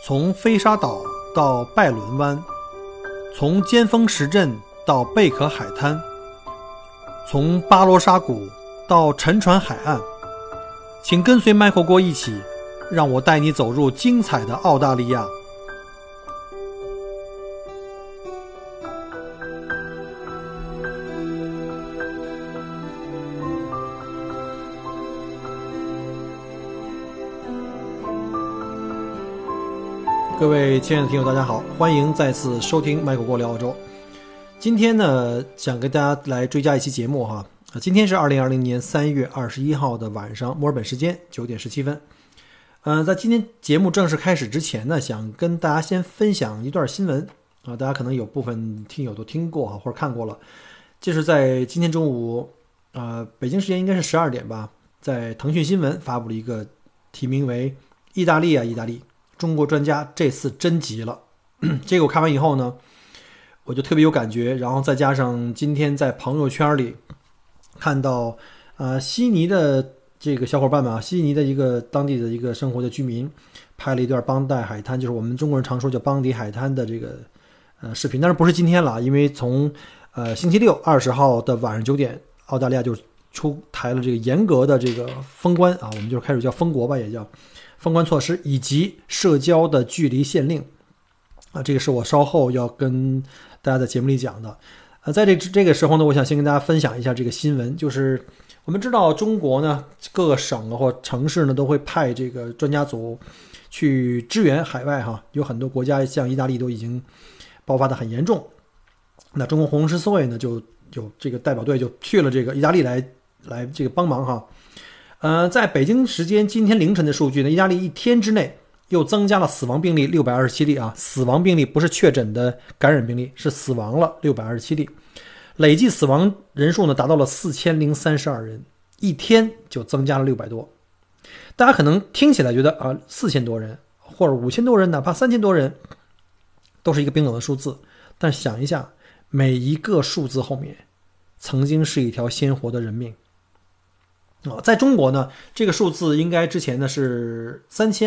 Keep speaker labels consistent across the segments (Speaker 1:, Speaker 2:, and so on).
Speaker 1: 从飞沙岛到拜伦湾，从尖峰石镇到贝壳海滩，从巴罗沙谷到沉船海岸，请跟随麦克郭一起，让我带你走入精彩的澳大利亚。各位亲爱的听友大家好，欢迎再次收听麦克郭聊澳洲。今天呢，想跟大家来追加一期节目哈。今天是2020年3月21号的晚上，墨尔本时间9点17分。在今天节目正式开始之前呢，想跟大家先分享一段新闻啊，大家可能有部分听友都听过或者看过了。就是在今天中午北京时间应该是12点吧，在腾讯新闻发布了一个题名为意大利中国专家这次真急了。这个我看完以后呢，我就特别有感觉，然后再加上今天在朋友圈里看到悉尼的这个小伙伴们悉尼的一个当地的一个生活的居民拍了一段邦代海滩，就是我们中国人常说叫邦迪海滩的这个视频，但是不是今天了，因为从星期六20号的晚上9点，澳大利亚就出台了这个严格的这个封关我们就开始叫封国吧，也叫封关措施以及社交的距离限令这个是我稍后要跟大家在节目里讲的。在这个时候呢，我想先跟大家分享一下这个新闻，就是我们知道中国呢各个省或城市呢都会派这个专家组去支援海外有很多国家像意大利都已经爆发的很严重，那中国红十字会呢就有这个代表队就去了这个意大利来这个帮忙在北京时间今天凌晨的数据呢，意大利一天之内又增加了死亡病例627例死亡病例不是确诊的感染病例，是死亡了627例，累计死亡人数呢达到了4032人，一天就增加了600多。大家可能听起来觉得4000多人或者5000多人，哪怕3000多人都是一个冰冷的数字，但想一下，每一个数字后面曾经是一条鲜活的人命在中国呢，这个数字应该之前呢是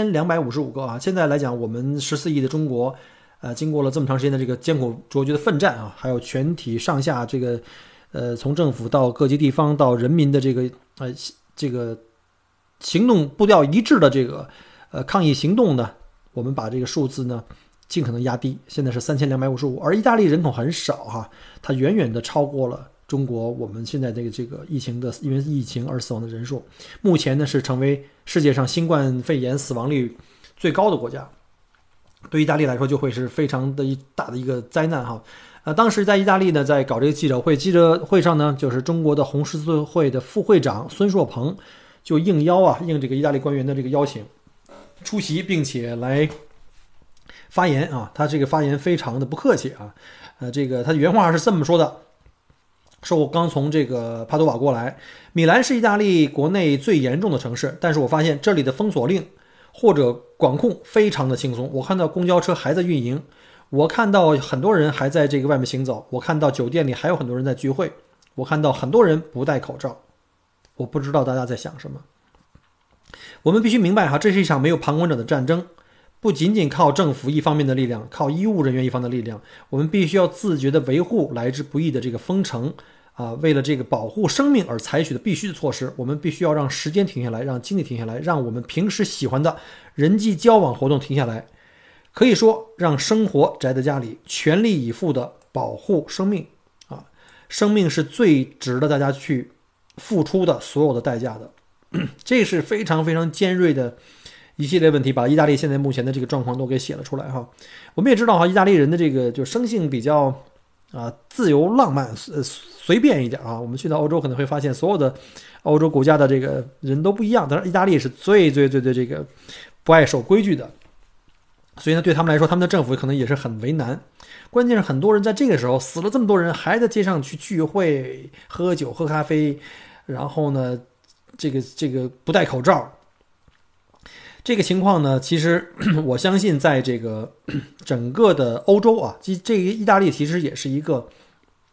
Speaker 1: 3255个现在来讲，我们14亿的中国经过了这么长时间的这个艰苦卓绝的奋战还有全体上下这个从政府到各级地方到人民的这个行动步调一致的这个抗疫行动呢，我们把这个数字呢尽可能压低，现在是3255，而意大利人口很少它远远的超过了中国我们现在这个疫情的因为疫情而死亡的人数，目前呢是成为世界上新冠肺炎死亡率最高的国家，对意大利来说就会是非常的大的一个灾难当时在意大利呢，在搞这个记者会上呢，就是中国的红十字会的副会长孙硕鹏就应这个意大利官员的这个邀请出席，并且来发言他这个发言非常的不客气这个他的原话是这么说的，说我刚从这个帕多瓦过来，米兰是意大利国内最严重的城市，但是我发现这里的封锁令或者管控非常的轻松，我看到公交车还在运营，我看到很多人还在这个外面行走，我看到酒店里还有很多人在聚会，我看到很多人不戴口罩，我不知道大家在想什么。我们必须明白这是一场没有旁观者的战争，不仅仅靠政府一方面的力量，靠医务人员一方的力量，我们必须要自觉地维护来之不易的这个封城为了这个保护生命而采取的必须的措施，我们必须要让时间停下来，让经济停下来，让我们平时喜欢的人际交往活动停下来，可以说让生活宅在家里，全力以赴地保护生命生命是最值得大家去付出的所有的代价的这是非常非常尖锐的一系列问题，把意大利现在目前的这个状况都给写了出来我们也知道意大利人的这个就生性比较自由浪漫随便一点我们去到欧洲可能会发现所有的欧洲国家的这个人都不一样，但是意大利是最这个不爱守规矩的，所以呢对他们来说，他们的政府可能也是很为难。关键是很多人在这个时候死了这么多人，还在街上去聚会喝酒喝咖啡，然后呢这个不戴口罩，这个情况呢，其实我相信在这个整个的欧洲这个意大利其实也是一个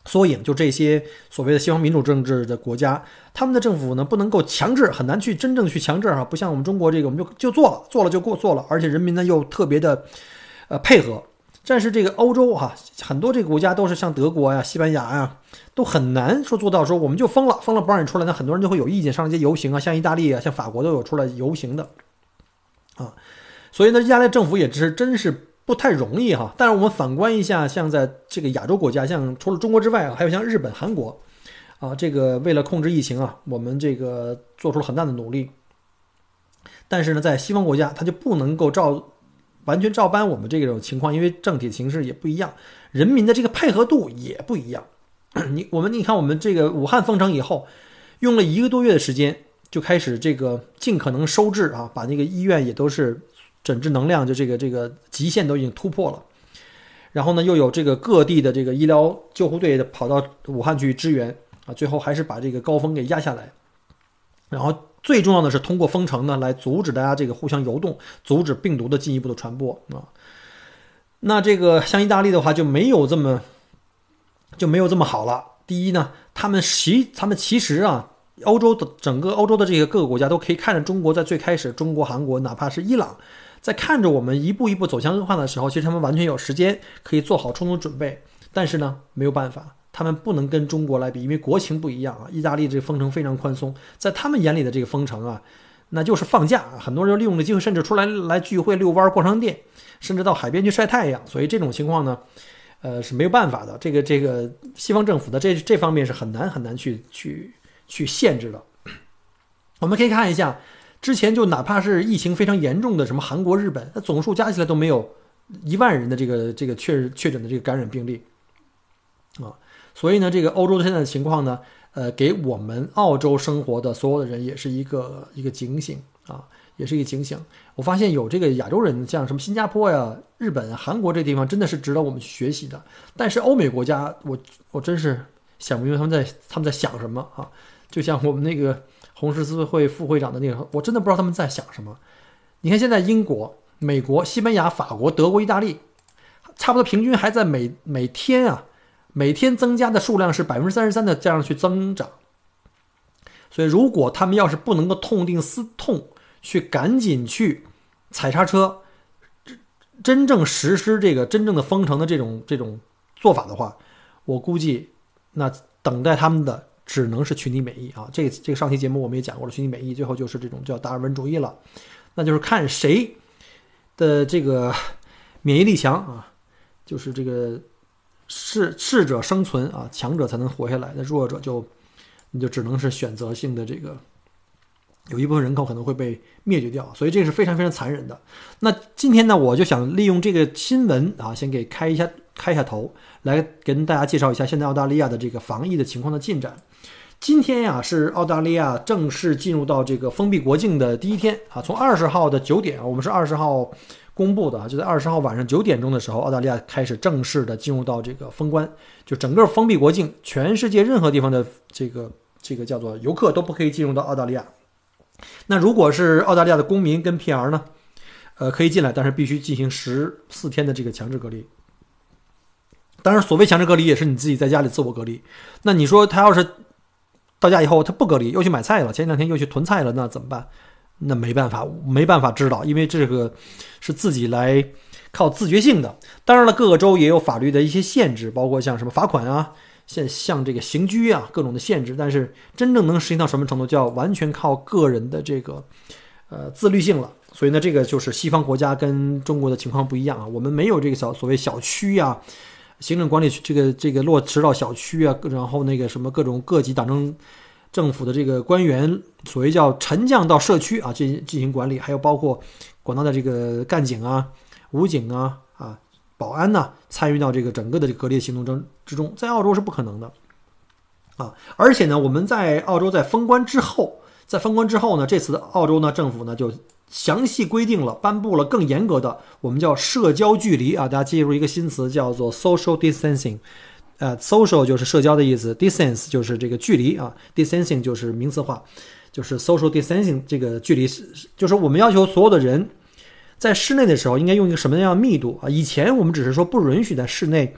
Speaker 1: 缩影，就这些所谓的西方民主政治的国家，他们的政府呢不能够强制，很难去真正去强制不像我们中国这个，我们就做了就做了，而且人民呢又特别的配合。但是这个欧洲很多这个国家都是像德国呀、西班牙呀，都很难说做到说我们就封了不让你出来，那很多人就会有意见，上街游行像意大利像法国都有出来游行的所以呢，意大利政府也是真是不太容易但是我们反观一下，像在这个亚洲国家，像除了中国之外还有像日本、韩国这个为了控制疫情我们这个做出了很大的努力。但是呢，在西方国家，它就不能够完全照搬我们这种情况，因为政体形势也不一样，人民的这个配合度也不一样。你看我们这个武汉封城以后，用了1个多月的时间，就开始这个尽可能收治把那个医院也都是诊治能量就这个极限都已经突破了。然后呢，又有这个各地的这个医疗救护队跑到武汉去支援最后还是把这个高峰给压下来。然后最重要的是通过封城呢，来阻止大家这个互相游动，阻止病毒的进一步的传播那这个像意大利的话就没有这么好了。第一呢，他们其实整个欧洲的这个各个国家都可以看着中国，在最开始中国、韩国哪怕是伊朗在看着我们一步一步走向恶化的时候，其实他们完全有时间可以做好充足准备。但是呢，没有办法，他们不能跟中国来比，因为国情不一样意大利这个封城非常宽松，在他们眼里的这个封城那就是放假，很多人利用的机会甚至出来聚会、遛弯、逛商店，甚至到海边去晒太阳。所以这种情况呢是没有办法的。这个西方政府的这方面是很难去限制的。我们可以看一下之前就哪怕是疫情非常严重的什么韩国、日本，那总数加起来都没有1万人的这个确诊的这个感染病例所以呢，这个欧洲现在的情况呢，给我们澳洲生活的所有的人也是一个警醒也是一个警醒。我发现有这个亚洲人，像什么新加坡呀、日本、韩国这地方，真的是值得我们去学习的。但是欧美国家，我真是想不明白他们在想什么就像我们那个红十字会副会长的那个，我真的不知道他们在想什么。你看现在英国、美国、西班牙、法国、德国、意大利，差不多平均还在每天增加的数量是33%的这样去增长。所以如果他们要是不能够痛定思痛，去赶紧去踩刹车，真正实施这个真正的封城的这种做法的话，我估计那等待他们的只能是群体免疫这个上期节目我们也讲过了，群体免疫最后就是这种叫达尔文主义了，那就是看谁的这个免疫力强就是这个适者生存强者才能活下来，那弱者你就只能是选择性的这个有一部分人口可能会被灭绝掉，所以这是非常非常残忍的。那今天呢，我就想利用这个新闻先给开一下头，来跟大家介绍一下现在澳大利亚的这个防疫的情况的进展。今天是澳大利亚正式进入到这个封闭国境的第一天从20号的9点我们是20号公布的就在20号晚上9点钟的时候，澳大利亚开始正式的进入到这个封关，就整个封闭国境，全世界任何地方的这个叫做游客都不可以进入到澳大利亚。那如果是澳大利亚的公民跟 PR 呢可以进来，但是必须进行14天的这个强制隔离。当然所谓强制隔离也是你自己在家里自我隔离。那你说他要是到家以后他不隔离，又去买菜了，前2天又去囤菜了，那怎么办？那没办法知道，因为这个是自己来靠自觉性的。当然了，各个州也有法律的一些限制，包括像什么罚款像这个刑拘各种的限制，但是真正能实行到什么程度，就要完全靠个人的这个自律性了。所以呢，这个就是西方国家跟中国的情况不一样我们没有这个所谓小区行政管理这个落实到小区然后那个什么各种各级党政府的这个官员，所谓叫沉降到社区进行管理，还有包括广大的这个干警武警保安参与到这个整个的这个隔离行动之中，在澳洲是不可能的而且呢，我们在澳洲在封关之后呢，这次的澳洲呢政府呢就详细规定了，颁布了更严格的我们叫社交距离大家记住一个新词叫做 social distancing。social 就是社交的意思， distance 就是这个距离distancing 就是名词化，就是 social distancing 这个距离就是我们要求所有的人在室内的时候应该用一个什么样的密度以前我们只是说不允许在室内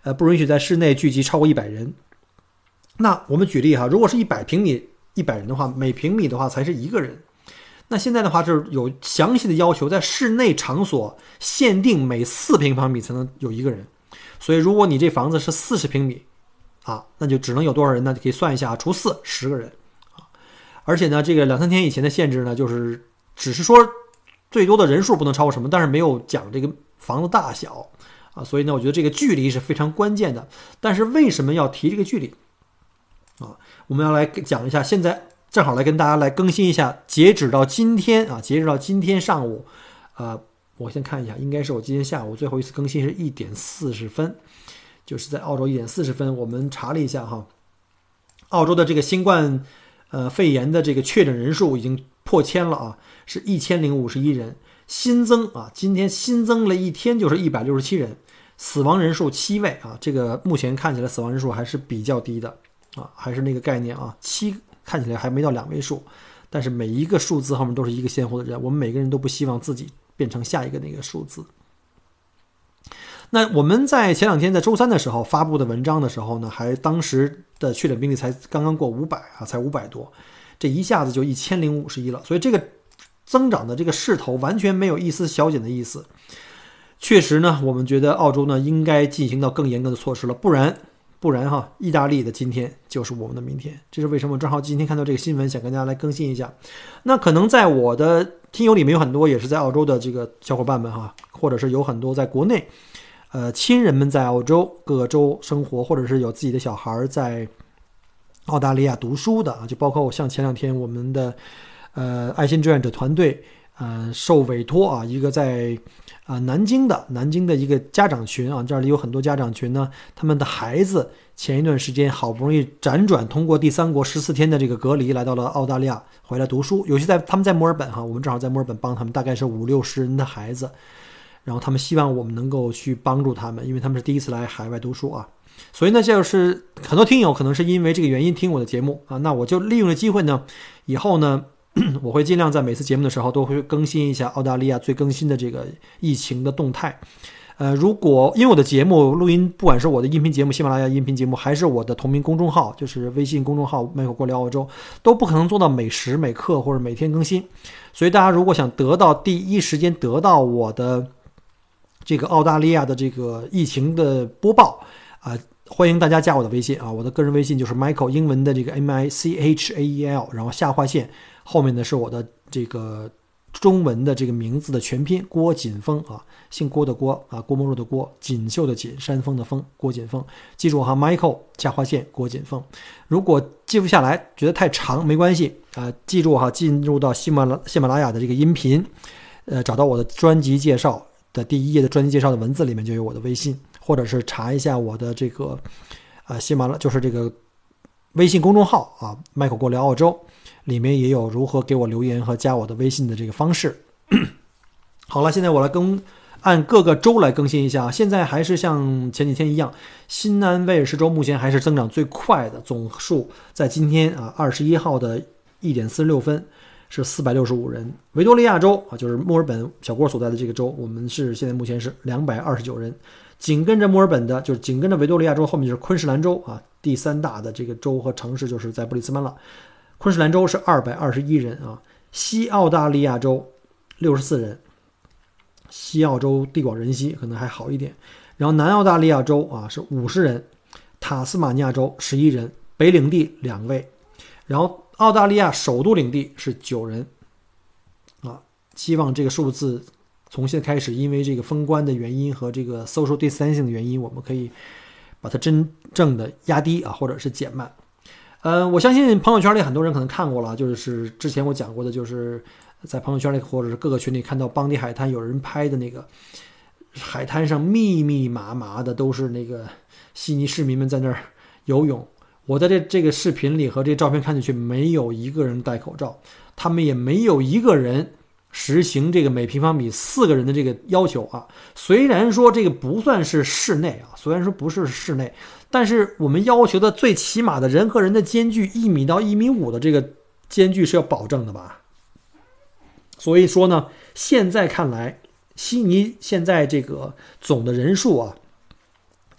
Speaker 1: 不允许在室内聚集超过100人。那我们举例哈，如果是100平米100人的话，每平米的话才是1个人。那现在的话就是有详细的要求，在室内场所限定每4平方米才能有1个人。所以如果你这房子是40平米啊，那就只能有多少人呢？就可以算一下，除4 10个人啊。而且呢，这个2-3天以前的限制呢，就是只是说最多的人数不能超过什么，但是没有讲这个房子大小啊。所以呢，我觉得这个距离是非常关键的。但是为什么要提这个距离啊？我们要来讲一下，现在正好来跟大家来更新一下，截止到今天上午，我先看一下，应该是我今天下午最后一次更新是1点40分，就是在澳洲1点40分，我们查了一下哈，澳洲的这个新冠肺炎的这个确诊人数已经破1000了啊，是1051人，新增啊，今天新增了一天就是167人，死亡人数7位啊，这个目前看起来死亡人数还是比较低的啊，还是那个概念啊，7看起来还没到2位数，但是每一个数字后面都是一个鲜活的人，我们每个人都不希望自己变成下一个那个数字。那我们在前2天在周3的时候发布的文章的时候呢，还当时的确诊病例才刚刚过500啊，才500多，这一下子就1051了，所以这个增长的这个势头完全没有一丝小减的意思。确实呢，我们觉得澳洲呢应该进行到更严格的措施了，不然哈，意大利的今天就是我们的明天。这是为什么？正好今天看到这个新闻，想跟大家来更新一下。那可能在我的听友里面有很多也是在澳洲的这个小伙伴们哈，或者是有很多在国内，亲人们在澳洲各个州生活，或者是有自己的小孩在澳大利亚读书的啊，就包括像前2天我们的爱心志愿者团队受委托啊，一个在南京的一个家长群啊，这里有很多家长群呢，他们的孩子前一段时间好不容易辗转通过第3国14天的这个隔离，来到了澳大利亚回来读书，有些他们在墨尔本哈，我们正好在墨尔本帮他们，大概是50-60人的孩子，然后他们希望我们能够去帮助他们，因为他们是第一次来海外读书啊。所以呢，就是很多听友可能是因为这个原因听我的节目啊，那我就利用这机会呢，以后呢我会尽量在每次节目的时候都会更新一下澳大利亚最更新的这个疫情的动态。如果因为我的节目录音，不管是我的音频节目喜马拉雅音频节目，还是我的同名公众号，就是微信公众号麦克过聊澳洲，都不可能做到每时每刻或者每天更新。所以大家如果想得到第一时间得到我的这个澳大利亚的这个疫情的播报欢迎大家加我的微信啊，我的个人微信就是 Michael 英文的这个 MICHAEL， 然后下划线后面呢是我的这个中文的这个名字的全拼郭锦峰啊，姓郭的郭啊，郭沫若的郭，锦绣的锦，山峰的峰，郭锦峰。记住哈 ，Michael 下划线郭锦峰。如果记不下来，觉得太长没关系记住哈，进入到喜马拉雅的这个音频，找到我的专辑介绍的第1页的专辑介绍的文字里面就有我的微信，或者是查一下我的这个就是这个微信公众号啊，麦克过聊澳洲，里面也有如何给我留言和加我的微信的这个方式。好了，现在我来按各个州来更新一下，现在还是像前几天一样，新南威尔士州目前还是增长最快的，总数在今天21号的1点46分是465人。维多利亚州就是墨尔本小郭所在的这个州，我们是现在目前是229人。紧跟着墨尔本的，就是紧跟着维多利亚州后面就是昆士兰州第3大的这个州和城市就是在布里斯班了。昆士兰州是221人西澳大利亚州64人，西澳洲地广人稀，可能还好一点。然后南澳大利亚州是50人，塔斯马尼亚州11人，北领地2位，然后澳大利亚首都领地是9人希望这个数字从现在开始，因为这个封关的原因和这个 social distancing 的原因，我们可以把它真正的压低或者是减慢。我相信朋友圈里很多人可能看过了，就是之前我讲过的，就是在朋友圈里或者是各个群里看到邦迪海滩有人拍的那个海滩上密密麻麻的都是那个悉尼市民们在那儿游泳。我在这个视频里和这照片看进去，没有一个人戴口罩，他们也没有一个人实行这个每平方米4个人的这个要求虽然说这个不算是室内虽然说不是室内，但是我们要求的最起码的人和人的间距1米到1.5米的这个间距是要保证的吧。所以说呢，现在看来悉尼现在这个总的人数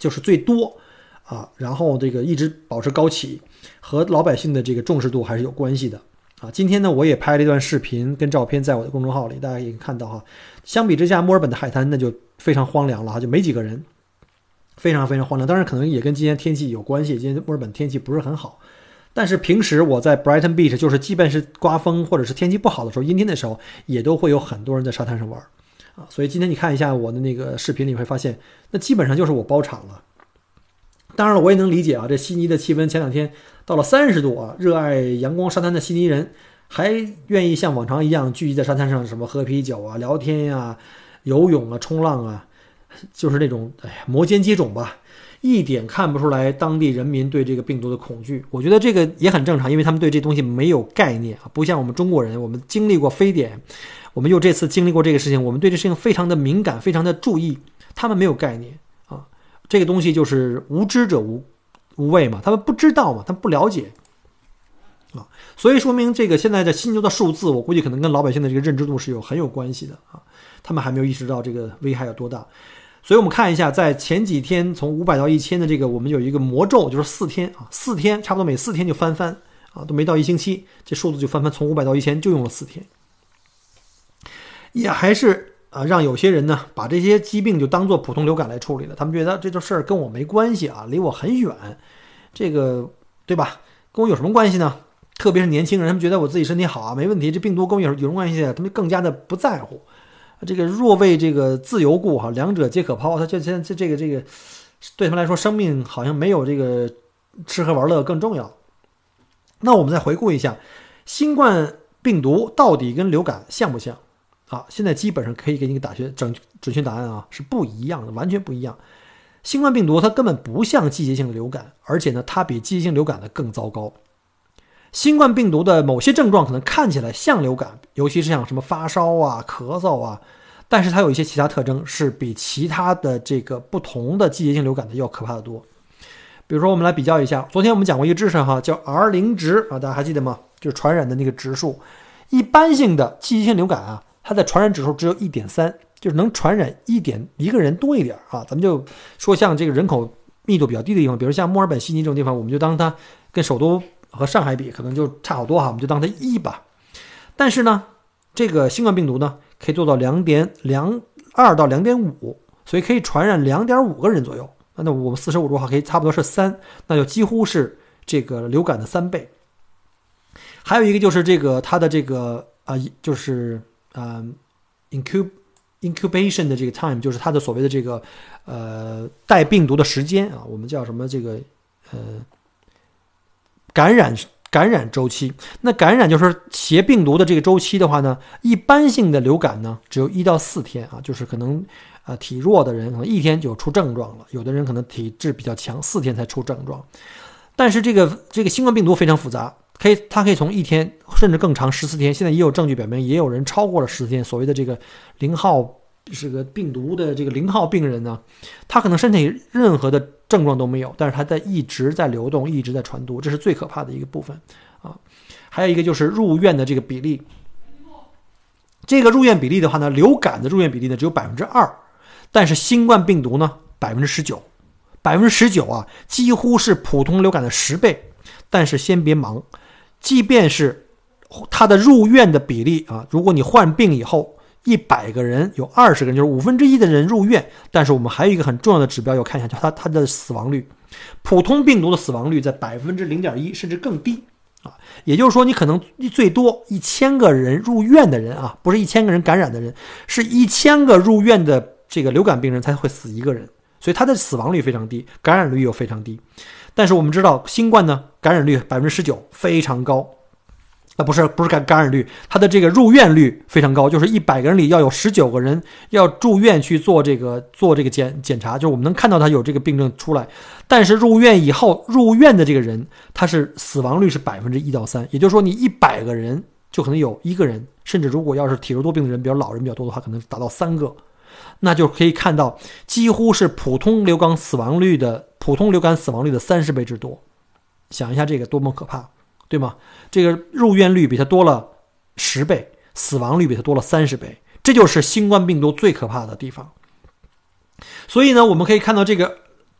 Speaker 1: 就是最多啊，然后这个一直保持高企，和老百姓的这个重视度还是有关系的啊。今天呢，我也拍了一段视频跟照片在我的公众号里，大家也可以看到哈。相比之下，墨尔本的海滩那就非常荒凉了哈，就没几个人，非常非常荒凉。当然可能也跟今天天气有关系，今天墨尔本天气不是很好。但是平时我在 Brighton Beach， 就是即便是刮风或者是天气不好的时候，阴天的时候，也都会有很多人在沙滩上玩啊。所以今天你看一下我的那个视频里会发现，那基本上就是我包场了。当然了，我也能理解啊，这悉尼的气温前2天到了30度啊，热爱阳光沙滩的悉尼人还愿意像往常一样聚集在沙滩上，什么喝啤酒啊、聊天呀、游泳啊、冲浪啊，就是那种摩肩接踵吧。一点看不出来当地人民对这个病毒的恐惧，我觉得这个也很正常，因为他们对这东西没有概念啊，不像我们中国人，我们经历过非典，我们又这次经历过这个事情，我们对这事情非常的敏感，非常的注意，他们没有概念啊，这个东西就是无知者无畏嘛，他们不知道嘛，他们不了解啊，所以说明这个现在的新增的数字，我估计可能跟老百姓的这个认知度是很有关系的啊，他们还没有意识到这个危害有多大。所以我们看一下，在前几天从500到1000的这个，我们有一个魔咒，就是4天啊，4天差不多每4天就翻啊，都没到1星期，这数字就翻，从500到1000就用了4天，也还是让有些人呢把这些疾病就当做普通流感来处理了，他们觉得这事儿跟我没关系啊，离我很远，这个对吧？跟我有什么关系呢？特别是年轻人，他们觉得我自己身体好啊，没问题，这病毒跟我有什么关系啊？他们更加的不在乎。这个若为这个自由故哈，两者皆可抛。他现在这个对他们来说，生命好像没有这个吃喝玩乐更重要。那我们再回顾一下，新冠病毒到底跟流感像不像啊？现在基本上可以给你个准确答案啊，是不一样的，完全不一样。新冠病毒它根本不像季节性的流感，而且呢，它比季节性流感的更糟糕。新冠病毒的某些症状可能看起来像流感，尤其是像什么发烧啊、咳嗽啊，但是它有一些其他特征是比其他的这个不同的季节性流感的要可怕的多。比如说我们来比较一下，昨天我们讲过一个知识哈，叫 R0 值啊，大家还记得吗？就是传染的那个指数。一般性的季节性流感啊，它的传染指数只有 1.3， 就是能传染一个人多一点啊。咱们就说像这个人口密度比较低的地方，比如像墨尔本、悉尼这种地方，我们就当它跟首都和上海比可能就差好多哈，我们就当它1吧。但是呢，这个新冠病毒呢可以做到2.2到 2.5， 所以可以传染 2.5 个人左右。那我们45度可以差不多是3，那就几乎是这个流感的3倍。还有一个就是这个它的这个就是incubation 的这个 time， 就是它的所谓的这个带病毒的时间啊，我们叫什么这个感染周期。那感染就是携病毒的这个周期的话呢，一般性的流感呢只有1到4天啊，就是可能体弱的人可能1天就出症状了，有的人可能体质比较强，4天才出症状。但是这个新冠病毒非常复杂，它可以从1天甚至更长14天，现在也有证据表明，也有人超过了14天。所谓的这个0号这个病毒的这个0号病人呢，他可能身体任何的症状都没有，但是他一直在流动，一直在传播，这是最可怕的一个部分啊。还有一个就是入院的这个比例，这个入院比例的话呢，流感的入院比例呢只有 2%， 但是新冠病毒呢 19% 啊，几乎是普通流感的10倍。但是先别忙，即便是它的入院的比例啊，如果你患病以后100个人有20个人，就是1/5的人入院，但是我们还有一个很重要的指标要看一下，就它的死亡率。普通病毒的死亡率在 0.1% 甚至更低啊，也就是说你可能最多1000个人入院的人啊，不是1000个人感染的人，是1000个入院的这个流感病人才会死1个人，所以它的死亡率非常低，感染率又非常低。但是我们知道新冠呢，感染率 19%， 非常高。不是感染率，它的这个入院率非常高，就是100个人里要有19个人要住院去做这个检查，就是我们能看到他有这个病症出来。但是入院以后，入院的这个人，他是死亡率是 1% 到 3%， 也就是说你100个人就可能有1个人，甚至如果要是体弱多病的人，比较老人比较多的话，可能达到3个。那就可以看到几乎是普通流感死亡率的30倍之多。想一下这个多么可怕，对吗？这个入院率比它多了10倍，死亡率比它多了30倍，这就是新冠病毒最可怕的地方。所以呢，我们可以看到这个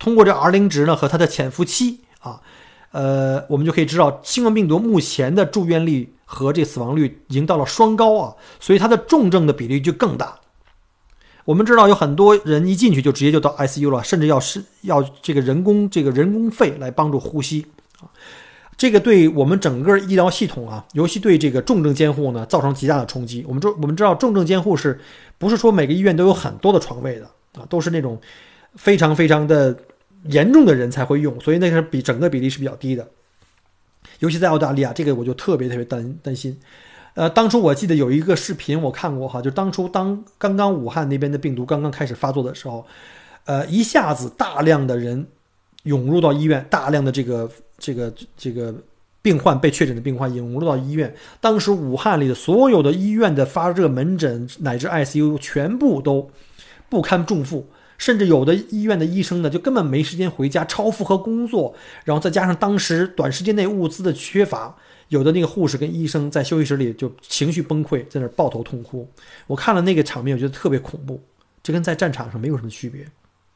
Speaker 1: 通过这 R0 值呢和它的潜伏期啊，我们就可以知道新冠病毒目前的住院率和这死亡率已经到了双高啊，所以它的重症的比例就更大。我们知道有很多人一进去就直接就到 ICU 了，甚至要这个人工肺来帮助呼吸啊。这个对我们整个医疗系统啊，尤其对这个重症监护呢，造成极大的冲击。我们知道重症监护不是说每个医院都有很多的床位的啊，都是那种非常非常的严重的人才会用，所以那个整个比例是比较低的。尤其在澳大利亚，这个我就特别担心。当初我记得有一个视频我看过哈，就当初刚刚武汉那边的病毒刚刚开始发作的时候，一下子大量的人涌入到医院，大量的这个病患被确诊的病患涌入到医院。当时武汉里的所有的医院的发热门诊乃至 ICU 全部都不堪重负，甚至有的医院的医生呢就根本没时间回家，超负荷工作，然后再加上当时短时间内物资的缺乏，有的那个护士跟医生在休息室里就情绪崩溃，在那抱头痛哭。我看了那个场面，我觉得特别恐怖，这跟在战场上没有什么区别。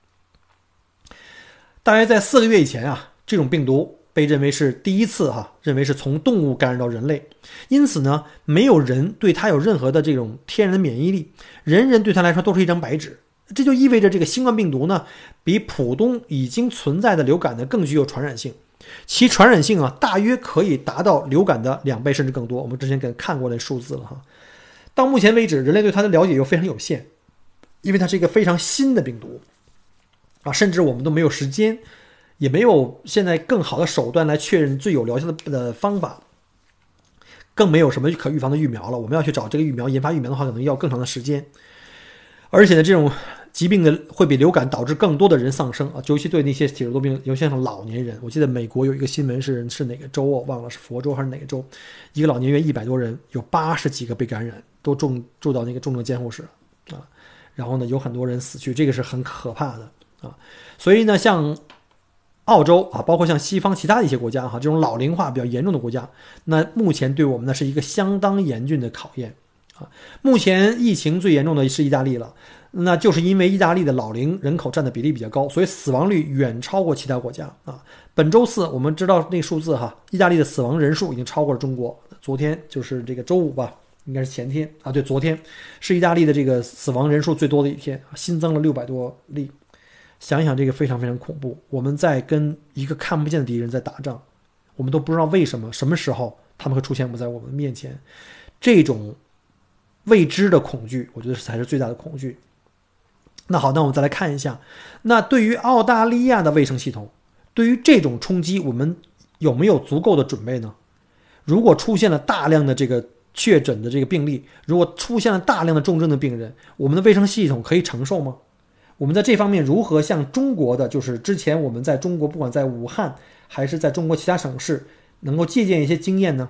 Speaker 1: 大约在4个月以前啊，这种病毒被认为是第一次认为是从动物感染到人类，因此呢，没有人对它有任何的这种天然的免疫力，人人对它来说都是一张白纸。这就意味着这个新冠病毒呢，比普通已经存在的流感呢更具有传染性，其传染性啊大约可以达到流感的2倍甚至更多。我们之前看过那数字了哈。到目前为止，人类对它的了解又非常有限，因为它是一个非常新的病毒啊，甚至我们都没有时间，也没有现在更好的手段来确认最有疗效的方法，更没有什么可预防的疫苗了。我们要去找这个疫苗，研发疫苗的话，可能要更长的时间。而且呢，这种疾病的会比流感导致更多的人丧生啊，尤其对那些体弱多病，尤其像老年人。我记得美国有一个新闻是哪个州我忘了，是佛州还是哪个州，一个老年院100多人，有80几个被感染，都住到那个重症监护室啊，然后呢有很多人死去，这个是很可怕的啊。所以呢，像澳洲啊，包括像西方其他的一些国家这种老龄化比较严重的国家，那目前对我们呢是一个相当严峻的考验。目前疫情最严重的是意大利了，那就是因为意大利的老龄人口占的比例比较高，所以死亡率远超过其他国家啊。本周4我们知道那数字意大利的死亡人数已经超过了中国。昨天就是这个周5吧，应该是前天啊，对，昨天是意大利的这个死亡人数最多的一天，新增了600多例。想一想，这个非常非常恐怖。我们在跟一个看不见的敌人在打仗，我们都不知道为什么什么时候他们会出现在我们面前，这种未知的恐惧，我觉得才是最大的恐惧。那好，那我们再来看一下，那对于澳大利亚的卫生系统，对于这种冲击，我们有没有足够的准备呢？如果出现了大量的这个确诊的这个病例，如果出现了大量的重症的病人，我们的卫生系统可以承受吗？我们在这方面如何像中国的，就是之前我们在中国不管在武汉还是在中国其他省市，能够借鉴一些经验呢？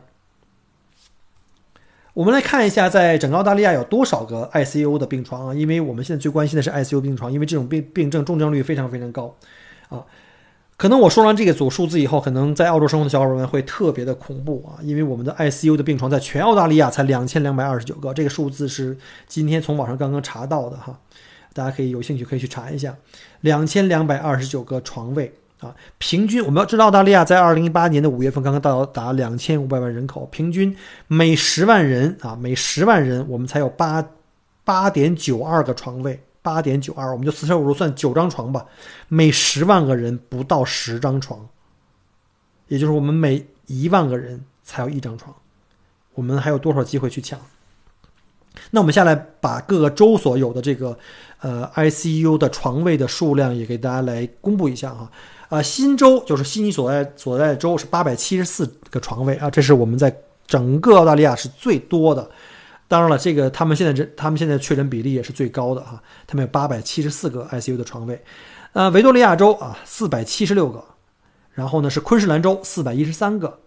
Speaker 1: 我们来看一下，在整个澳大利亚有多少个 ICU 的病床啊？因为我们现在最关心的是 ICU 病床，因为这种病症重症率非常非常高啊。可能我说完这个组数字以后，可能在澳洲生活的小伙伴们会特别的恐怖啊，因为我们的 ICU 的病床在全澳大利亚才2229个，这个数字是今天从网上刚刚查到的哈，大家可以有兴趣可以去查一下，2229个床位。平均我们要知道，澳大利亚在2018年的5月份刚刚到达2500万人口，平均每10万人我们才有8.92个床位，8.92，我们就45度算9张床吧，每10万个人不到10张床，也就是我们每1万个人才有1张床，我们还有多少机会去抢？那我们下来把各个州所有的这个ICU 的床位的数量也给大家来公布一下新州就是悉尼所在的州是874个床位啊，这是我们在整个澳大利亚是最多的。当然了，这个他们现在确诊比例也是最高的他们有874个 ICU 的床位。维多利亚州476个，然后呢是昆士兰州413个，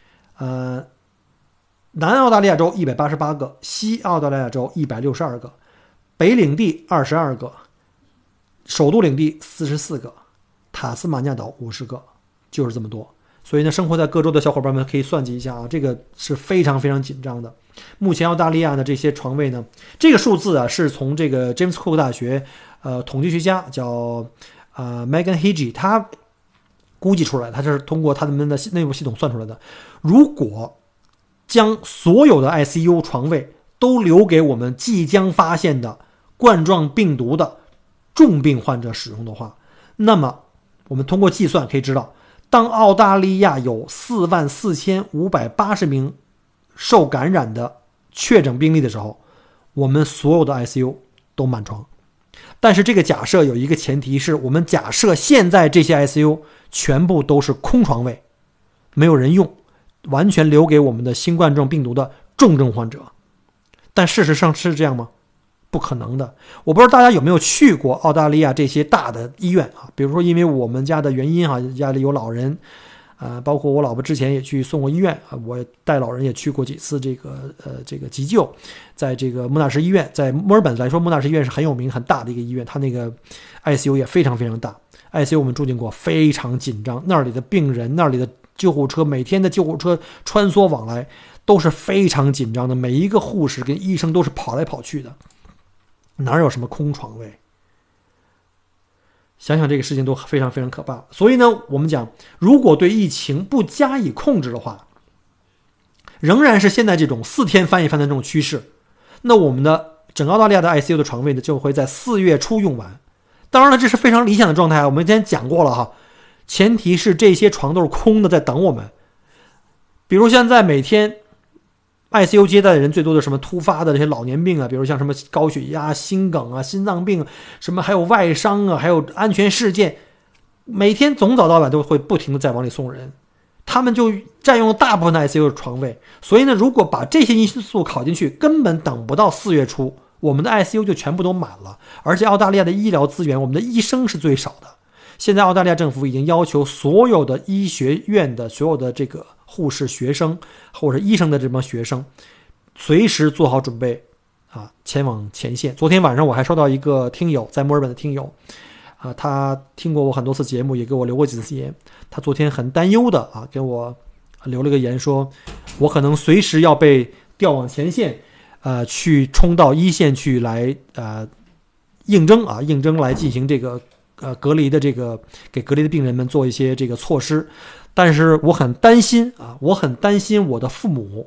Speaker 1: 南澳大利亚州188个，西澳大利亚州162个，北领地22个，首都领地44个，塔斯马尼亚岛50个，就是这么多。所以呢，生活在各州的小伙伴们可以算计一下这个是非常非常紧张的。目前澳大利亚的这些床位呢，这个数字是从这个 James Cook 大学统计学家叫 Megan Heggie 他估计出来，他是通过他们的内部系统算出来的。如果将所有的 ICU 床位都留给我们即将发现的冠状病毒的重病患者使用的话，那么我们通过计算可以知道，当澳大利亚有44580名受感染的确诊病例的时候，我们所有的 ICU 都满床。但是这个假设有一个前提，是我们假设现在这些 ICU 全部都是空床位，没有人用，完全留给我们的新冠状病毒的重症患者。但事实上是这样吗？不可能的。我不知道大家有没有去过澳大利亚这些大的医院啊？比如说因为我们家的原因家里有老人，包括我老婆之前也去送过医院啊，我带老人也去过几次这个急救，在这个莫纳什医院，在墨尔本来说，莫纳什医院是很有名很大的一个医院，它那个 ICU 也非常非常大。ICU 我们住进过，非常紧张，那里的病人，那里的救护车，每天的救护车穿梭往来都是非常紧张的，每一个护士跟医生都是跑来跑去的，哪有什么空床位？想想这个事情都非常非常可怕。所以呢，我们讲，如果对疫情不加以控制的话，仍然是现在这种4天翻一番的这种趋势，那我们的整个澳大利亚的 ICU 的床位呢，就会在4月初用完。当然了，这是非常理想的状态，我们之前讲过了哈，前提是这些床都是空的，在等我们。比如现在每天 ICU 接待的人最多的什么突发的这些老年病啊，比如像什么高血压、心梗啊、心脏病，什么还有外伤啊，还有安全事件，每天从早到晚都会不停的在往里送人，他们就占用了大部分的 ICU 床位。所以呢，如果把这些因素考进去，根本等不到4月初，我们的 ICU 就全部都满了。而且澳大利亚的医疗资源，我们的医生是最少的。现在澳大利亚政府已经要求所有的医学院的所有的这个护士学生或者医生的这帮学生随时做好准备前往前线。昨天晚上我还收到一个听友，在墨尔本的听友他听过我很多次节目，也给我留过几次言。他昨天很担忧的给我留了个言，说我可能随时要被调往前线去冲到一线去来应征来进行这个隔离的这个给隔离的病人们做一些这个措施。但是我很担心我的父母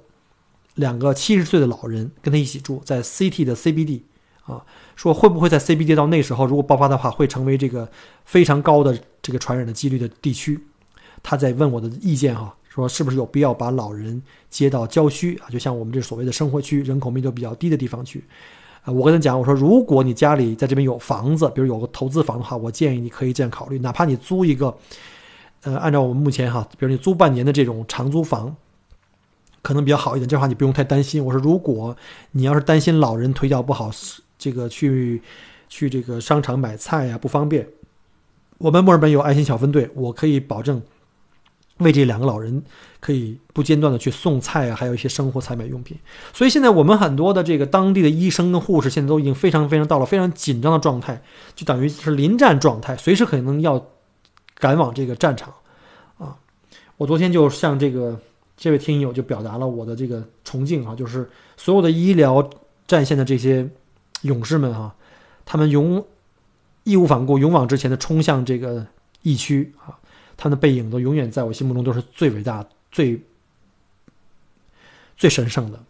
Speaker 1: 2个70岁的老人跟他一起住在 CT 的 CBD 说会不会在 CBD 到那时候如果爆发的话，会成为这个非常高的这个传染的几率的地区。他在问我的意见说是不是有必要把老人接到郊区就像我们这所谓的生活区，人口密度比较低的地方去。我跟他讲，我说如果你家里在这边有房子，比如有个投资房的话，我建议你可以这样考虑，哪怕你租一个按照我们目前比如你租半年的这种长租房可能比较好一点，这话你不用太担心。我说如果你要是担心老人腿脚不好，这个去这个商场买菜不方便，我们墨尔本有爱心小分队，我可以保证为这2个老人可以不间断的去送菜还有一些生活采买用品。所以现在我们很多的这个当地的医生跟护士现在都已经非常非常到了非常紧张的状态，就等于是临战状态，随时可能要赶往这个战场我昨天就向这位听友就表达了我的这个崇敬就是所有的医疗战线的这些勇士们他们义无反顾勇往直前的冲向这个疫区他们的背影都永远在我心目中都是最伟大最神圣的，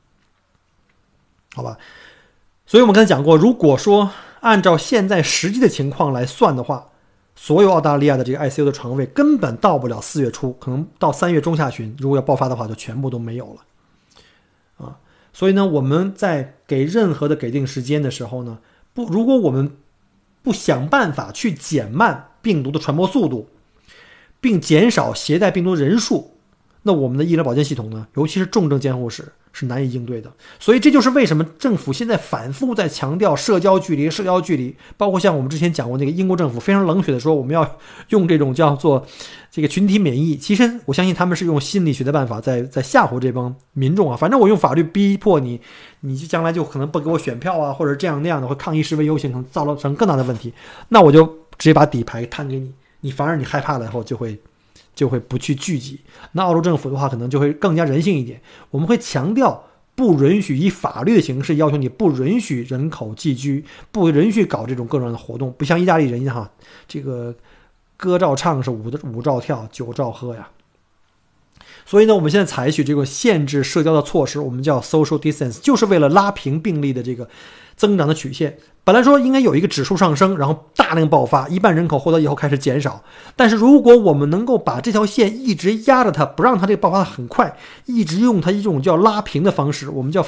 Speaker 1: 好吧。所以我们刚才讲过，如果说按照现在实际的情况来算的话，所有澳大利亚的这个 ICU 的床位根本到不了4月初，可能到3月中下旬，如果要爆发的话就全部都没有了所以呢，我们在给任何的给定时间的时候呢，如果我们不想办法去减慢病毒的传播速度，并减少携带病毒人数，那我们的医疗保健系统呢，尤其是重症监护室是难以应对的。所以这就是为什么政府现在反复在强调社交距离，包括像我们之前讲过那个英国政府非常冷血的说我们要用这种叫做这个群体免疫，其实我相信他们是用心理学的办法在吓唬这帮民众反正我用法律逼迫你将来就可能不给我选票或者这样那样的，会抗议示威游行，可能造成更大的问题，那我就直接把底牌摊给你反而你害怕了以后就会不去聚集。那澳洲政府的话可能就会更加人性一点，我们会强调不允许以法律的形式要求你不允许人口寄居，不允许搞这种各种的活动，不像意大利人哈，这个歌照唱是舞照跳，酒照喝呀。所以呢，我们现在采取这个限制社交的措施，我们叫 social distance， 就是为了拉平病例的这个增长的曲线。本来说应该有一个指数上升，然后大量爆发，一半人口获得以后开始减少。但是如果我们能够把这条线一直压着它，不让它这个爆发的很快，一直用它一种叫拉平的方式，我们叫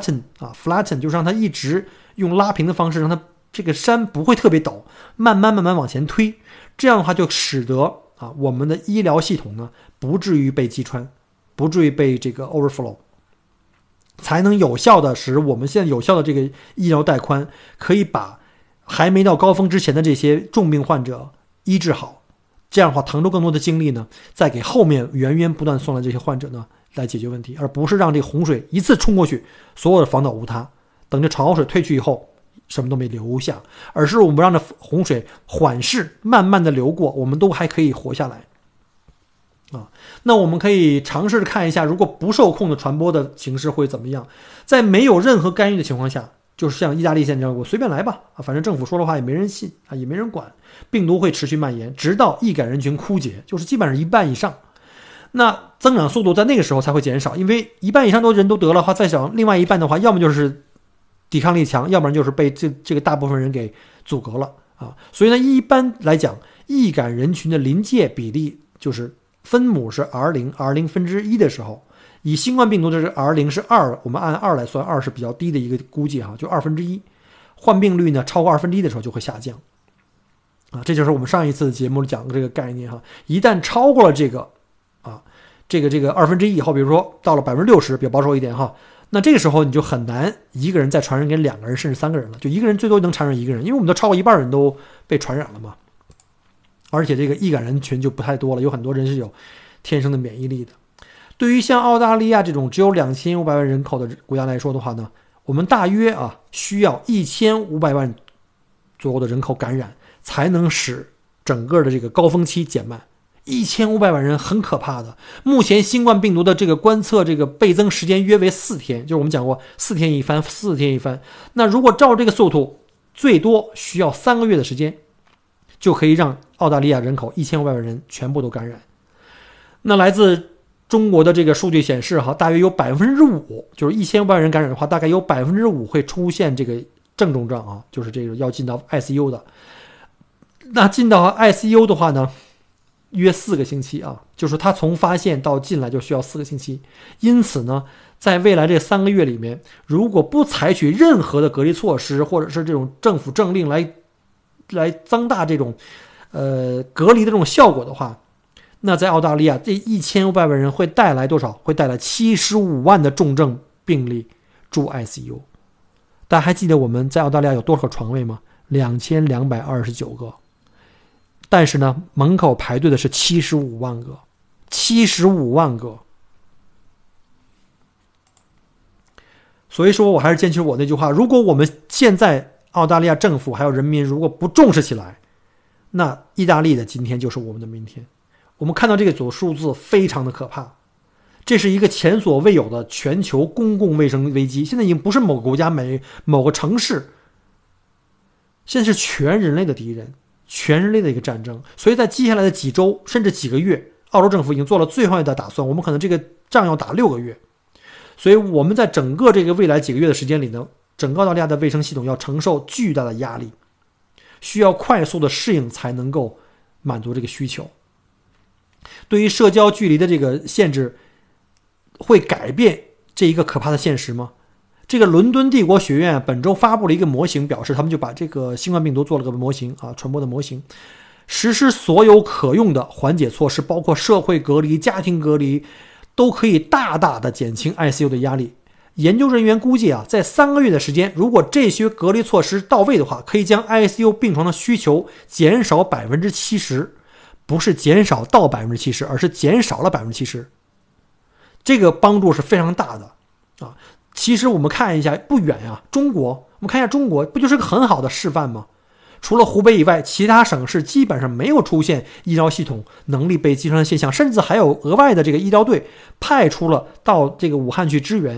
Speaker 1: flatten 就是让它一直用拉平的方式，让它这个山不会特别陡，慢慢往前推。这样的话就使得我们的医疗系统呢不至于被击穿，不至于被这个 overflow， 才能有效的使我们现在有效的这个医疗带宽可以把还没到高峰之前的这些重病患者医治好。这样的话腾出更多的精力呢，再给后面源源不断送来这些患者呢来解决问题，而不是让这个洪水一次冲过去，所有的房倒屋塌，等着潮水退去以后什么都没留下，而是我们让这洪水缓释慢慢的流过，我们都还可以活下来那我们可以尝试看一下，如果不受控的传播的形式会怎么样。在没有任何干预的情况下，就是像意大利现在这样，我随便来吧反正政府说的话也没人信也没人管，病毒会持续蔓延，直到易感人群枯竭，就是基本上一半以上。那增长速度在那个时候才会减少，因为一半以上人都得了的话，再想另外一半的话，要么就是抵抗力强，要不然就是被这个大部分人给阻隔了所以呢，一般来讲，易感人群的临界比例就是分母是 R0 分之一的时候，以新冠病毒的这个 R0 是2，我们按2来算，2是比较低的一个估计就2分之一，患病率呢超过2分之一的时候就会下降这就是我们上一次节目讲的这个概念一旦超过了这个这个2分之一以后，比如说到了 60%， 比较保守一点那这个时候你就很难一个人再传染给2个人甚至3个人了，就一个人最多能传染1个人，因为我们都超过一半人都被传染了嘛。而且这个易感人群就不太多了，有很多人是有天生的免疫力的。对于像澳大利亚这种只有2500万人口的国家来说的话呢，我们大约需要1500万左右的人口感染，才能使整个的这个高峰期减慢。1500万人很可怕的。目前新冠病毒的这个观测这个倍增时间约为4天，就是我们讲过4天一番4天一番。那如果照这个速度，最多需要3个月的时间，就可以让澳大利亚人口1500万人全部都感染。那来自中国的这个数据显示大约有 5%， 就是1500万人感染的话，大概有 5% 会出现这个症状就是这个要进到 ICU 的。那进到 ICU 的话呢，约4个星期就是他从发现到进来就需要4个星期。因此呢，在未来这3个月里面，如果不采取任何的隔离措施，或者是这种政府政令来增大这种隔离的这种效果的话，那在澳大利亚这1500万人会带来多少？会带来75万的重症病例住 ICU。 大家还记得我们在澳大利亚有多少个床位吗？2229个。但是呢，门口排队的是75万个，75万个。所以说我还是坚持我那句话，如果我们现在澳大利亚政府还有人民如果不重视起来，那意大利的今天就是我们的明天。我们看到这个组数字非常的可怕，这是一个前所未有的全球公共卫生危机。现在已经不是某个国家某个城市，现在是全人类的敌人，全人类的一个战争。所以在接下来的几周甚至几个月，澳洲政府已经做了最坏的打算，我们可能这个仗要打6个月。所以我们在整个这个未来几个月的时间里呢，整个澳大利亚的卫生系统要承受巨大的压力，需要快速的适应才能够满足这个需求。对于社交距离的这个限制会改变这一个可怕的现实吗？这个伦敦帝国学院本周发布了一个模型，表示他们就把这个新冠病毒做了个模型传播的模型，实施所有可用的缓解措施，包括社会隔离、家庭隔离，都可以大大的减轻 ICU 的压力。研究人员估计在3个月的时间，如果这些隔离措施到位的话，可以将 ICU 病床的需求减少 70%， 不是减少到 70%， 而是减少了 70%。 这个帮助是非常大的其实我们看一下不远中国，我们看一下中国不就是个很好的示范吗？除了湖北以外，其他省市基本上没有出现医疗系统能力被击穿的现象，甚至还有额外的这个医疗队派出了到这个武汉去支援。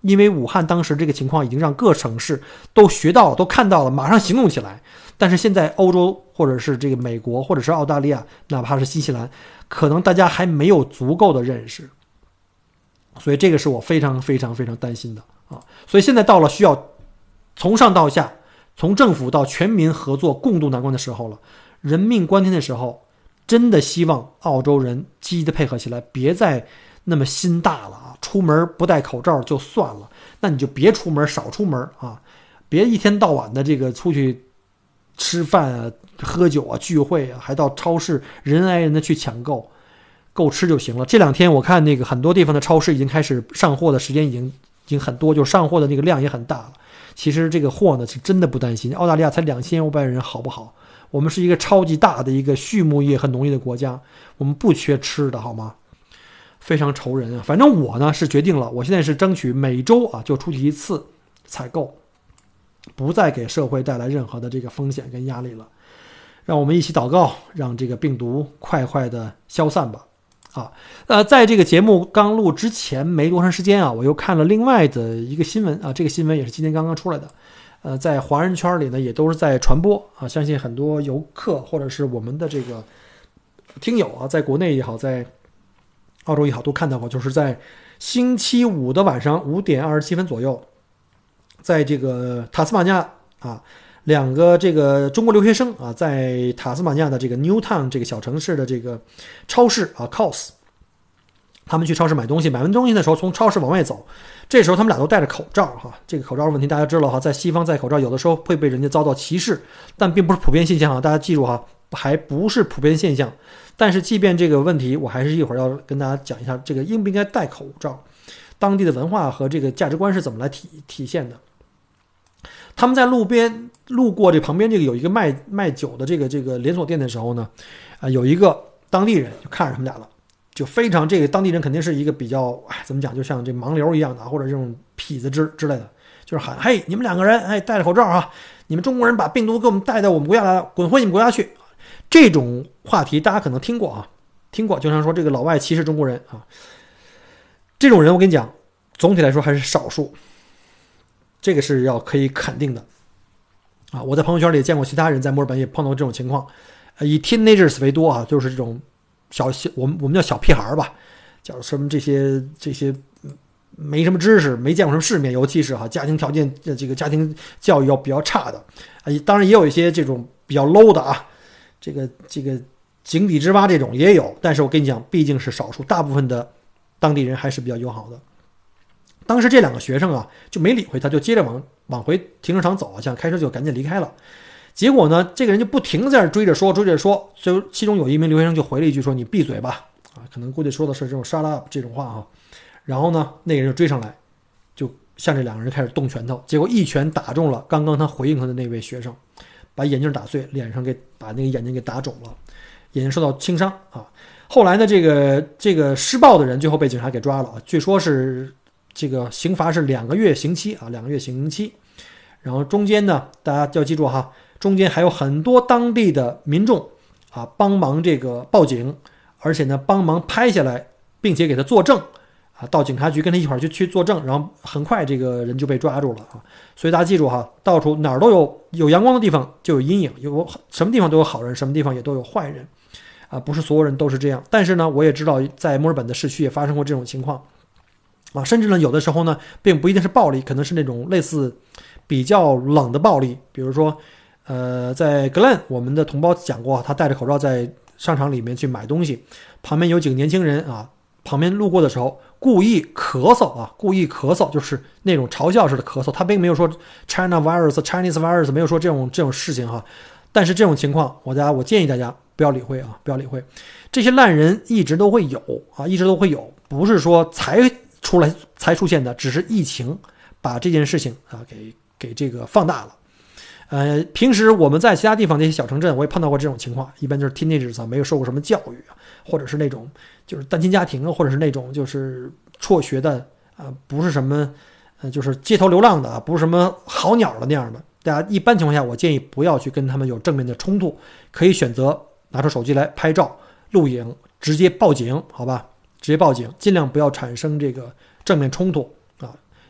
Speaker 1: 因为武汉当时这个情况已经让各省市都学到了，都看到了，马上行动起来。但是现在欧洲或者是这个美国或者是澳大利亚，哪怕是新西兰，可能大家还没有足够的认识，所以这个是我非常非常非常担心的啊。所以现在到了需要从上到下，从政府到全民合作共度难关的时候了，人命关天的时候，真的希望澳洲人积极的配合起来，别再那么心大了啊！出门不戴口罩就算了，那你就别出门，少出门啊！别一天到晚的这个出去吃饭啊、喝酒啊、聚会啊，还到超市人挨人的去抢购，够吃就行了。这2天我看那个很多地方的超市已经开始上货的时间已经很多，就上货的那个量也很大了。其实这个货呢是真的不担心，澳大利亚才2500人，好不好？我们是一个超级大的一个畜牧业和农业的国家，我们不缺吃的，好吗？非常愁人啊！反正我呢是决定了，我现在是争取每周啊就出去一次采购，不再给社会带来任何的这个风险跟压力了。让我们一起祷告，让这个病毒快快的消散吧。在这个节目刚录之前没多长时间啊，我又看了另外的一个新闻啊，这个新闻也是今天刚刚出来的。在华人圈里呢，也都是在传播啊，相信很多游客或者是我们的这个听友啊，在国内也好，在澳洲也好，都看到过，就是在星期五的晚上5点27分左右，在这个塔斯马尼亚啊，2个这个中国留学生啊，在塔斯马尼亚的这个 Newtown 这个小城市的这个超市啊 Coles， 他们去超市买东西，买完东西的时候从超市往外走，这时候他们俩都戴着口罩哈。这个口罩问题大家知道哈，在西方戴口罩有的时候会被人家遭到歧视，但并不是普遍现象哈，大家记住哈，还不是普遍现象。但是即便这个问题，我还是一会儿要跟大家讲一下这个应不应该戴口罩，当地的文化和这个价值观是怎么来体现的。他们在路过这旁边这个有一个卖酒的这个连锁店的时候呢，有一个当地人就看着他们俩了，就非常这个当地人肯定是一个比较怎么讲，就像这盲流一样的，或者这种痞子之类的，就是喊嘿你们2个人戴着口罩啊，你们中国人把病毒给我们带到我们国家来了，滚回你们国家去。这种话题大家可能听过啊，就像说这个老外歧视中国人啊，这种人我跟你讲，总体来说还是少数，这个是要可以肯定的啊。我在朋友圈里也见过其他人在墨尔本也碰到这种情况，以 teenagers 为多啊，就是这种我们叫小屁孩吧，叫什么这些没什么知识，没见过什么世面，尤其是家庭条件这个家庭教育要比较差的当然也有一些这种比较 low 的啊，这个井底之蛙这种也有，但是我跟你讲，毕竟是少数，大部分的当地人还是比较友好的。当时这2个学生啊就没理会他，就接着往回停车场走啊，想开车就赶紧离开了。结果呢，这个人就不停在那追着说，最后其中有一名留学生就回了一句说：“你闭嘴吧！”啊，可能估计说的是这种 “shut up” 这种话啊。然后呢，那个人就追上来，就向这2个人开始动拳头，结果一拳打中了刚刚他回应他的那位学生，把眼镜打碎，脸上把那个眼睛给打肿了，眼睛受到轻伤啊。后来呢，这个施暴的人最后被警察给抓了，据说是这个刑罚是2个月刑期啊，2个月刑期。然后中间呢，大家要记住哈，中间还有很多当地的民众啊帮忙这个报警，而且呢帮忙拍下来，并且给他作证啊，到警察局跟他一块儿去作证，然后很快这个人就被抓住了啊。所以大家记住哈，到处哪儿都有阳光的地方就有阴影，有什么地方都有好人，什么地方也都有坏人啊，不是所有人都是这样。但是呢，我也知道在墨尔本的市区也发生过这种情况啊，甚至呢有的时候呢并不一定是暴力，可能是那种类似比较冷的暴力，比如说在格兰我们的同胞讲过，他戴着口罩在商场里面去买东西，旁边有几个年轻人啊，旁边路过的时候故意咳嗽，就是那种嘲笑式的咳嗽，他并没有说 China virus Chinese virus， 没有说这种事情哈。但是这种情况我建议大家不要理会啊，不要理会，这些烂人一直都会有啊，不是说才出现的，只是疫情把这件事情啊给这个放大了。平时我们在其他地方那些小城镇，我也碰到过这种情况，一般就是 teenagers 没有受过什么教育啊，或者是那种就是单亲家庭啊，或者是那种就是辍学的不是什么就是街头流浪的不是什么好鸟的那样的。大家一般情况下，我建议不要去跟他们有正面的冲突，可以选择拿出手机来拍照、录影，直接报警，好吧？直接报警，尽量不要产生这个正面冲突啊。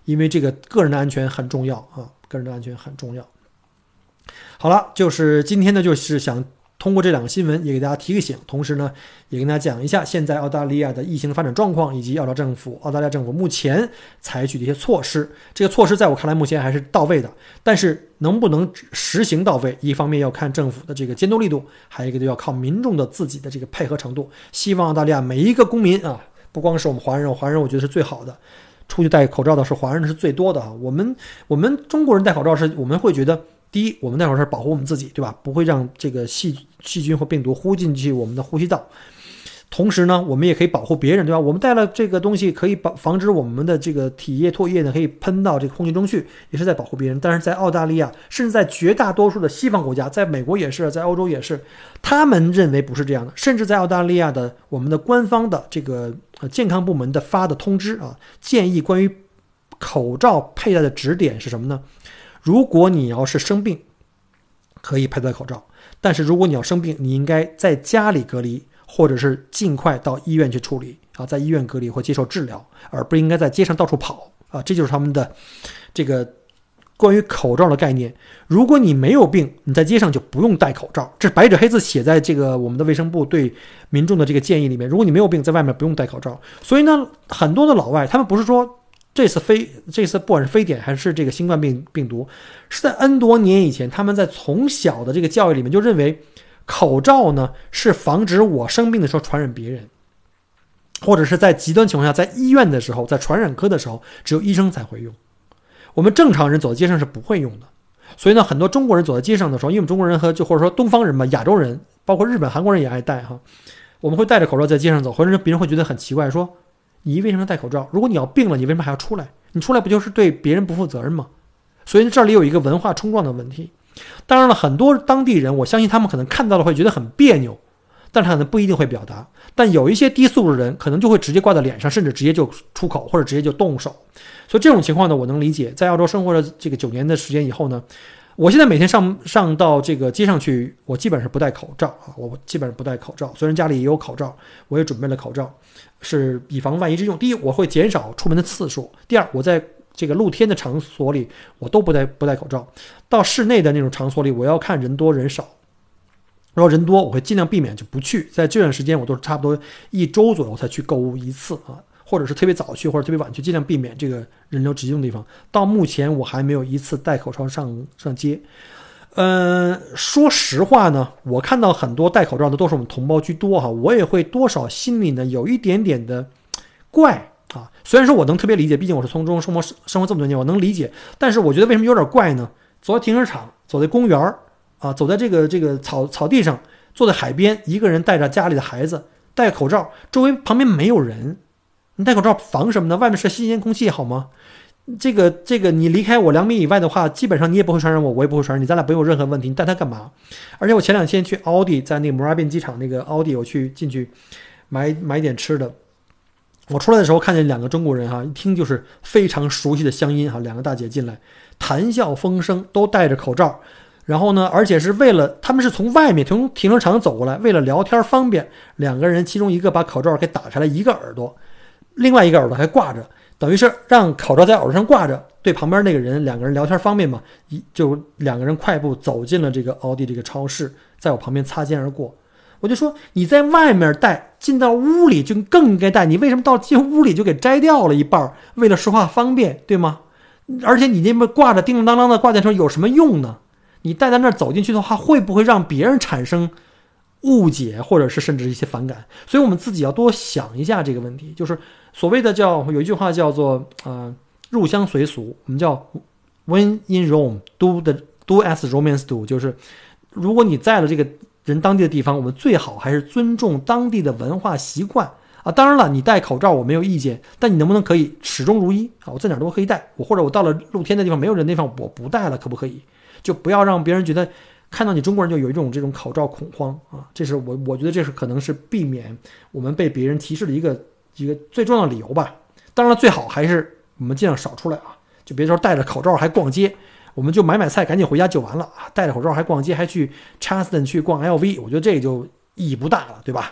Speaker 1: 因为这个个人的安全很重要啊，个人的安全很重要。好了，就是今天呢，就是想通过这2个新闻也给大家提个醒，同时呢也跟大家讲一下现在澳大利亚的疫情的发展状况，以及澳大利亚政府目前采取的一些措施。这个措施在我看来目前还是到位的，但是能不能实行到位，一方面要看政府的这个监督力度，还有一个就要靠民众的自己的这个配合程度。希望澳大利亚每一个公民啊，不光是我们华人我觉得是最好的，出去戴口罩的是华人是最多的啊。我们中国人戴口罩是我们会觉得，第一，我们戴口罩是保护我们自己，对吧？不会让这个细菌或病毒呼进去我们的呼吸道。同时呢，我们也可以保护别人，对吧？我们戴了这个东西可以防止我们的这个体液唾液呢可以喷到这个空气中去，也是在保护别人。但是在澳大利亚，甚至在绝大多数的西方国家，在美国也是，在欧洲也是，他们认为不是这样的。甚至在澳大利亚的我们的官方的这个健康部门的发的通知啊，建议关于口罩佩戴的指点是什么呢？如果你要是生病，可以佩戴口罩，但是如果你要生病，你应该在家里隔离，或者是尽快到医院去处理啊，在医院隔离或接受治疗，而不应该在街上到处跑啊。这就是他们的这个关于口罩的概念。如果你没有病，你在街上就不用戴口罩，这是白纸黑字写在这个我们的卫生部对民众的这个建议里面。如果你没有病，在外面不用戴口罩。所以呢，很多的老外他们不是说这次不管是非典还是这个新冠病毒，是在 N 多年以前，他们在从小的这个教育里面就认为口罩呢是防止我生病的时候传染别人，或者是在极端情况下，在医院的时候，在传染科的时候，只有医生才会用，我们正常人走在街上是不会用的。所以呢，很多中国人走在街上的时候，因为我们中国人或者说东方人嘛，亚洲人，包括日本、韩国人也爱戴哈，我们会戴着口罩在街上走，或者别人会觉得很奇怪，说你为什么戴口罩？如果你要病了，你为什么还要出来？你出来不就是对别人不负责任吗？所以这里有一个文化冲撞的问题。当然了，很多当地人，我相信他们可能看到了会觉得很别扭，但他可能不一定会表达。但有一些低素质的人可能就会直接挂在脸上，甚至直接就出口，或者直接就动手。所以这种情况呢，我能理解。在澳洲生活了这个9年的时间以后呢，我现在每天上到这个街上去，我基本上不戴口罩啊，我基本上不戴口罩。虽然家里也有口罩，我也准备了口罩，是以防万一之用。第一，我会减少出门的次数；第二，我在这个露天的场所里，我都不戴口罩。到室内的那种场所里，我要看人多人少。如果人多，我会尽量避免就不去。在这段时间，我都是差不多1周左右才去购物一次啊，或者是特别早去，或者特别晚去，尽量避免这个人流集中的地方。到目前，我还没有一次戴口罩上街。说实话呢，我看到很多戴口罩的都是我们同胞居多哈，我也会多少心里呢有一点点的怪啊。虽然说我能特别理解，毕竟我是从中生活这么多年，我能理解。但是我觉得为什么有点怪呢？走在停车场，走在公园啊，走在这个草地上，坐在海边，一个人带着家里的孩子，戴口罩，周围旁边没有人，你戴口罩防什么呢？外面是新鲜空气好吗？这个你离开我2米以外的话，基本上你也不会传染我，我也不会传染你，咱俩没有任何问题。你带他干嘛？而且我前2天去奥迪，在那个墨尔本机场那个奥迪，我去进去买点吃的。我出来的时候看见2个中国人哈，一听就是非常熟悉的乡音哈，2个大姐进来，谈笑风生，都戴着口罩。然后呢，而且是为了他们是从外面从停车场走过来，为了聊天方便，2个人其中一个把口罩给打开了一个耳朵，另外一个耳朵还挂着，等于是让口罩在耳朵上挂着，对旁边那个人2个人聊天方便嘛，就2个人快步走进了这个奥迪这个超市，在我旁边擦肩而过。我就说你在外面戴，进到屋里就更应该戴，你为什么到进屋里就给摘掉了一半，为了说话方便，对吗？而且你那边挂着叮叮当当的挂在这有什么用呢？你带在那儿走进去的话，会不会让别人产生误解，或者是甚至一些反感？所以我们自己要多想一下这个问题。就是所谓的有一句话叫做入乡随俗，我们叫 When in Rome do as Romans do， 就是如果你在了这个人当地的地方，我们最好还是尊重当地的文化习惯啊。当然了，你戴口罩我没有意见，但你能不能可以始终如一啊？我在哪儿都可以戴，或者我到了露天的地方没有人的地方我不戴了，可不可以？就不要让别人觉得看到你中国人就有一种这种口罩恐慌啊！这是我觉得这是可能是避免我们被别人歧视的一个最重要的理由吧。当然了，最好还是我们尽量少出来啊，就别说戴着口罩还逛街，我们就买菜赶紧回家就完了啊！戴着口罩还逛街，还去 Chatston 去逛 LV， 我觉得这个就意义不大了，对吧？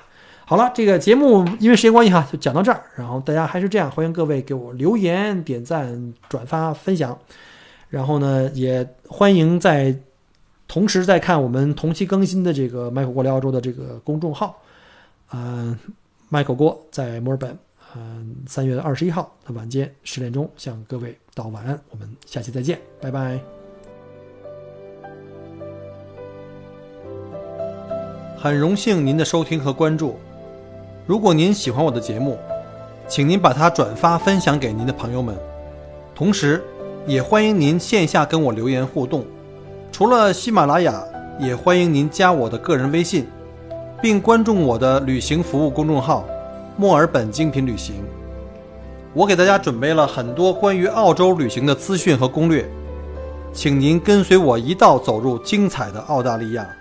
Speaker 1: 好了，这个节目因为时间关系哈，就讲到这儿。然后大家还是这样，欢迎各位给我留言、点赞、转发、分享。然后呢，也欢迎同时在看我们同期更新的这个麦口锅聊澳洲的这个公众号，麦口锅在墨尔本，3月21号的晚间10点钟向各位道晚安。我们下期再见，拜拜。很荣幸您的收听和关注。如果您喜欢我的节目，请您把它转发分享给您的朋友们，同时也欢迎您线下跟我留言互动。除了喜马拉雅，也欢迎您加我的个人微信，并关注我的旅行服务公众号墨尔本精品旅行。我给大家准备了很多关于澳洲旅行的资讯和攻略，请您跟随我一道走入精彩的澳大利亚。